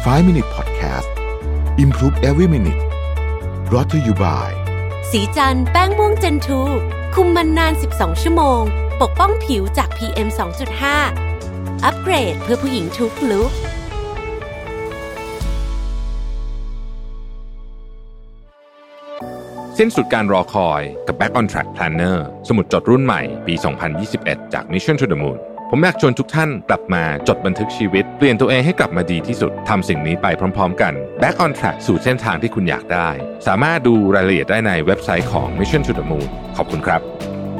5 Minute Podcast Improve Every Minute brought to you by สีจันแป้งม่วงเจนทูคุมมันนาน12ชั่วโมงปกป้องผิวจาก PM 2.5 อัปเกรดเพื่อผู้หญิงทุกลุคสิ้นสุดการรอคอยกับ Back on Track Planner สมุดจดรุ่นใหม่ปี 2021 จาก Mission to the Moon ผมอยากชวนทุกท่านกลับมาจดบันทึกชีวิตเปลี่ยนตัวเองให้กลับมาดีที่สุดทำสิ่งนี้ไปพร้อมๆกัน Back on Track สู่เส้นทางที่คุณอยากได้สามารถดูรายละเอียดได้ในเว็บไซต์ของ Mission to the Moon ขอบคุณครับ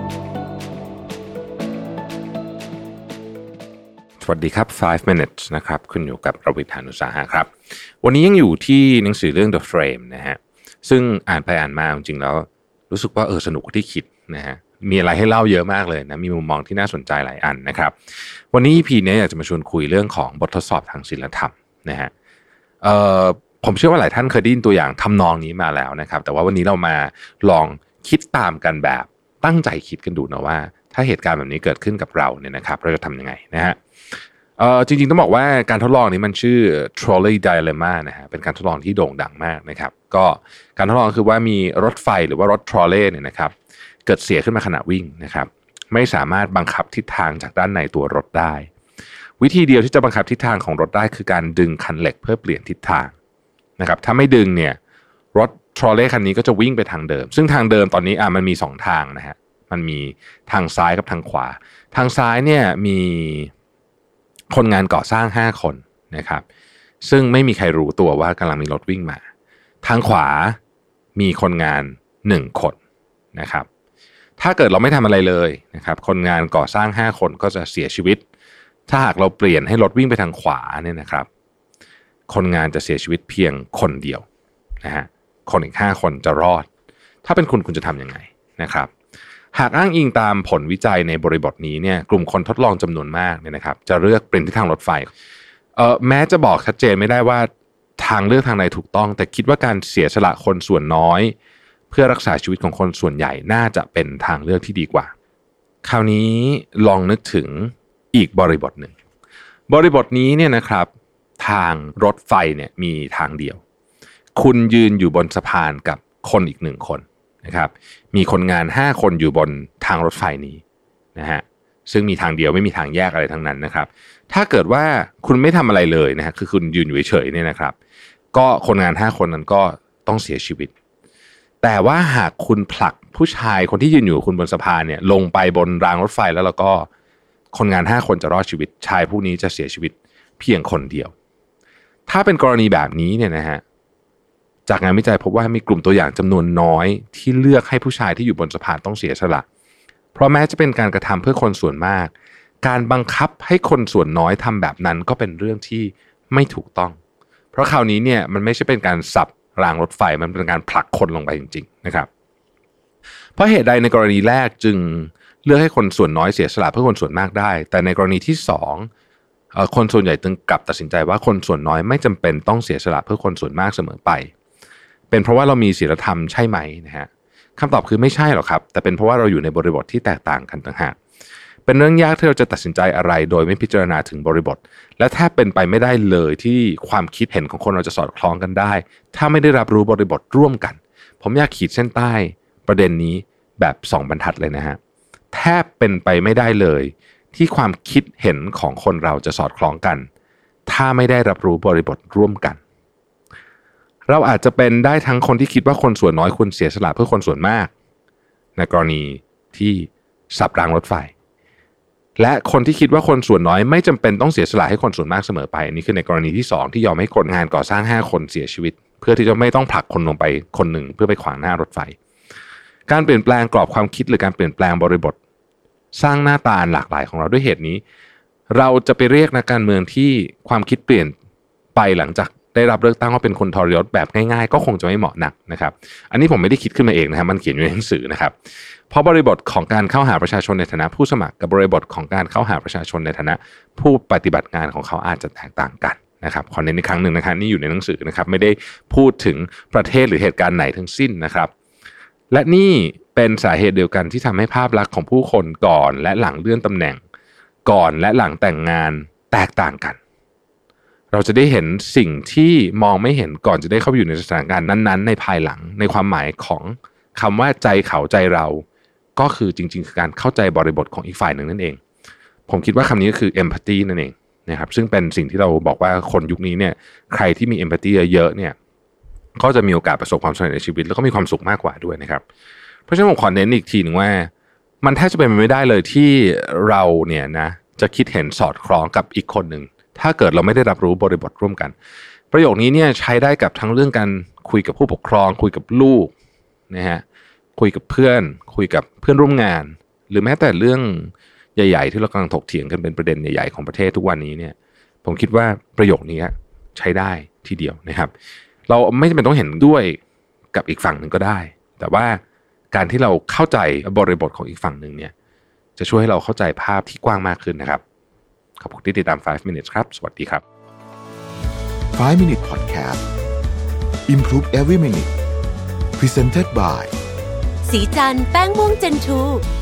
สวัสดีครับ 5 minutes นะครับคุณอยู่กับประวิทย์ หาญอุตสาหะครับวันนี้ยังอยู่ที่หนังสือเรื่อง The Frame นะฮะซึ่งอ่านไปอ่านมาจริงๆแล้วรู้สึกว่าสนุกกว่าที่คิดนะฮะมีอะไรให้เล่าเยอะมากเลยนะมีมุมมองที่น่าสนใจหลายอันนะครับวันนี้ EP นี้อยากจะมาชวนคุยเรื่องของบททดสอบทางศีลธรรมนะฮะผมเชื่อว่าหลายท่านเคยได้ยินตัวอย่างทำนองนี้มาแล้วนะครับแต่ว่าวันนี้เรามาลองคิดตามกันแบบตั้งใจคิดกันดูนะว่าถ้าเหตุการณ์แบบนี้เกิดขึ้นกับเราเนี่ยนะครับเราจะทำยังไงนะฮะจริงๆต้องบอกว่าการทดลองนี้มันชื่อ Trolley Dilemma นะฮะเป็นการทดลองที่โด่งดังมากนะครับก็การทดลองคือว่ามีรถไฟหรือว่ารถทรอลเลย์เนี่ยนะครับเกิดเสียขึ้นมาขณะวิ่งนะครับไม่สามารถบังคับทิศทางจากด้านในตัวรถได้วิธีเดียวที่จะบังคับทิศทางของรถได้คือการดึงคันเหล็กเพื่อเปลี่ยนทิศทางนะครับถ้าไม่ดึงเนี่ยรถทรอลเลย์คันนี้ก็จะวิ่งไปทางเดิมซึ่งทางเดิมตอนนี้มันมี2ทางนะฮะมันมีทางซ้ายกับทางขวาทางซ้ายเนี่ยมีคนงานก่อสร้าง5คนนะครับซึ่งไม่มีใครรู้ตัวว่ากำลังมีรถวิ่งมาทางขวามีคนงาน1คนนะครับถ้าเกิดเราไม่ทำอะไรเลยนะครับคนงานก่อสร้าง5คนก็จะเสียชีวิตถ้าหากเราเปลี่ยนให้รถวิ่งไปทางขวาเนี่ยนะครับคนงานจะเสียชีวิตเพียงคนเดียวนะฮะคนอีก5คนจะรอดถ้าเป็นคุณจะทำยังไงนะครับหากอ้างอิงตามผลวิจัยในบริบทนี้เนี่ยกลุ่มคนทดลองจำนวนมากเนี่ยนะครับจะเลือกเปลี่ยนทิศทางรถไฟแม้จะบอกชัดเจนไม่ได้ว่าทางเลือกทางใดถูกต้องแต่คิดว่าการเสียสละคนส่วนน้อยเพื่อรักษาชีวิตของคนส่วนใหญ่น่าจะเป็นทางเลือกที่ดีกว่าคราวนี้ลองนึกถึงอีกบริบทหนึ่งบริบทนี้เนี่ยนะครับทางรถไฟเนี่ยมีทางเดียวคุณยืนอยู่บนสะพานกับคนอีก1คนนะครับมีคนงาน5คนอยู่บนทางรถไฟนี้นะฮะซึ่งมีทางเดียวไม่มีทางแยกอะไรทั้งนั้นนะครับถ้าเกิดว่าคุณไม่ทำอะไรเลยนะฮะคือคุณยืนอยู่เฉยๆเนี่ยนะครับก็คนงาน5คนนั้นก็ต้องเสียชีวิตแต่ว่าหากคุณผลักผู้ชายคนที่ยืนอยู่คุณบนสะพานเนี่ยลงไปบนรางรถไฟแล้วก็คนงาน5คนจะรอดชีวิตชายผู้นี้จะเสียชีวิตเพียงคนเดียวถ้าเป็นกรณีแบบนี้เนี่ยนะฮะจากงานวิจัยพบว่ามีกลุ่มตัวอย่างจำนวนน้อยที่เลือกให้ผู้ชายที่อยู่บนสะพานต้องเสียสละเพราะแม้จะเป็นการกระทำเพื่อคนส่วนมากการบังคับให้คนส่วนน้อยทำแบบนั้นก็เป็นเรื่องที่ไม่ถูกต้องเพราะคราวนี้เนี่ยมันไม่ใช่เป็นการสับรางรถไฟมันเป็นการผลักคนลงไปจริงๆนะครับเพราะเหตุใดในกรณีแรกจึงเลือกให้คนส่วนน้อยเสียสละเพื่อคนส่วนมากได้แต่ในกรณีที่2คนส่วนใหญ่จึงกลับตัดสินใจว่าคนส่วนน้อยไม่จำเป็นต้องเสียสละเพื่อคนส่วนมากเสมอไปเป็นเพราะว่าเรามีศีลธรรมใช่ไหมนะฮะคำตอบคือไม่ใช่หรอกครับแต่เป็นเพราะว่าเราอยู่ในบริบทที่แตกต่างกันต่างหากเป็นเรื่องยากที่เราจะตัดสินใจอะไรโดยไม่พิจารณาถึงบริบทและแทบเป็นไปไม่ได้เลยที่ความคิดเห็นของคนเราจะสอดคล้องกันได้ถ้าไม่ได้รับรู้บริบทร่วมกันผมอยากขีดเส้นใต้ประเด็นนี้แบบ2บรรทัดเลยนะฮะแทบเป็นไปไม่ได้เลยที่ความคิดเห็นของคนเราจะสอดคล้องกันถ้าไม่ได้รับรู้บริบทร่วมกันเราอาจจะเป็นได้ทั้งคนที่คิดว่าคนส่วนน้อยควรเสียสละเพื่อคนส่วนมากในกรณีที่สับรางรถไฟและคนที่คิดว่าคนส่วนน้อยไม่จำเป็นต้องเสียสละให้คนส่วนมากเสมอไปนี่คือในกรณีที่2ที่ยอมให้คนงานก่อสร้าง5คนเสียชีวิตเพื่อที่จะไม่ต้องผลักคนลงไปคนหนึ่งเพื่อไปขวางหน้ารถไฟการเปลี่ยนแปลงกรอบความคิดหรือการเปลี่ยนแปลงบริบทสร้างหน้าตาหลากหลายของเราด้วยเหตุนี้เราจะไปเรียกนักการเมืองที่ความคิดเปลี่ยนไปหลังจากได้รับเลือกตั้งว่าเป็นคนทรยศแบบง่ายๆก็คงจะไม่เหมาะนักนะครับอันนี้ผมไม่ได้คิดขึ้นมาเองนะครับมันเขียนอยู่ในหนังสือนะครับเพราะบริบทของการเข้าหาประชาชนในฐานะผู้สมัครกับบริบทของการเข้าหาประชาชนในฐานะผู้ปฏิบัติงานของเขาอาจจะแตกต่างกันนะครับขอเน้นอีกครั้งหนึ่งนะครับนี่อยู่ในหนังสือนะครับไม่ได้พูดถึงประเทศหรือเหตุการณ์ไหนทั้งสิ้นนะครับและนี่เป็นสาเหตุเดียวกันที่ทำให้ภาพลักษณ์ของผู้คนก่อนและหลังเลื่อนตำแหน่งก่อนและหลังแต่งงานแตกต่างกันเราจะได้เห็นสิ่งที่มองไม่เห็นก่อนจะได้เข้าไปอยู่ในสถานการณ์นั้นๆในภายหลังในความหมายของคำว่าใจเขาใจเราก็คือจริงๆคือการเข้าใจบริบทของอีกฝ่ายหนึ่งนั่นเองผมคิดว่าคำนี้ก็คือ empathy นั่นเองนะครับซึ่งเป็นสิ่งที่เราบอกว่าคนยุคนี้เนี่ยใครที่มี empathy เยอะๆเนี่ยก็จะมีโอกาสประสบความสำเร็จในชีวิตแล้วก็มีความสุขมากกว่าด้วยนะครับเพราะฉะนั้นผมขอเน้นอีกทีหนึ่งว่ามันแทบจะเป็นไปไม่ได้เลยที่เราเนี่ยนะจะคิดเห็นสอดคล้องกับอีกคนหนึ่งถ้าเกิดเราไม่ได้รับรู้บริบทร่วมกันประโยคนี้เนี่ยใช้ได้กับทั้งเรื่องการคุยกับผู้ปกครองคุยกับลูกนะฮะคุยกับเพื่อนคุยกับเพื่อนร่วมงานหรือแม้แต่เรื่องใหญ่ๆที่เรากำลังถกเถียงกันเป็นประเด็นใหญ่ๆของประเทศทุกวันนี้เนี่ยผมคิดว่าประโยคนี้ใช้ได้ทีเดียวนะครับเราไม่จำเป็นต้องเห็นด้วยกับอีกฝั่งหนึ่งก็ได้แต่ว่าการที่เราเข้าใจบริบทของอีกฝั่งหนึ่งเนี่ยจะช่วยให้เราเข้าใจภาพที่กว้างมากขึ้นนะครับขอบคุณที่ติดตาม5 minutes ครับสวัสดีครับ 5 minute podcast Improve every minute Presented by สีจันทร์แป้งม่วงเจนทู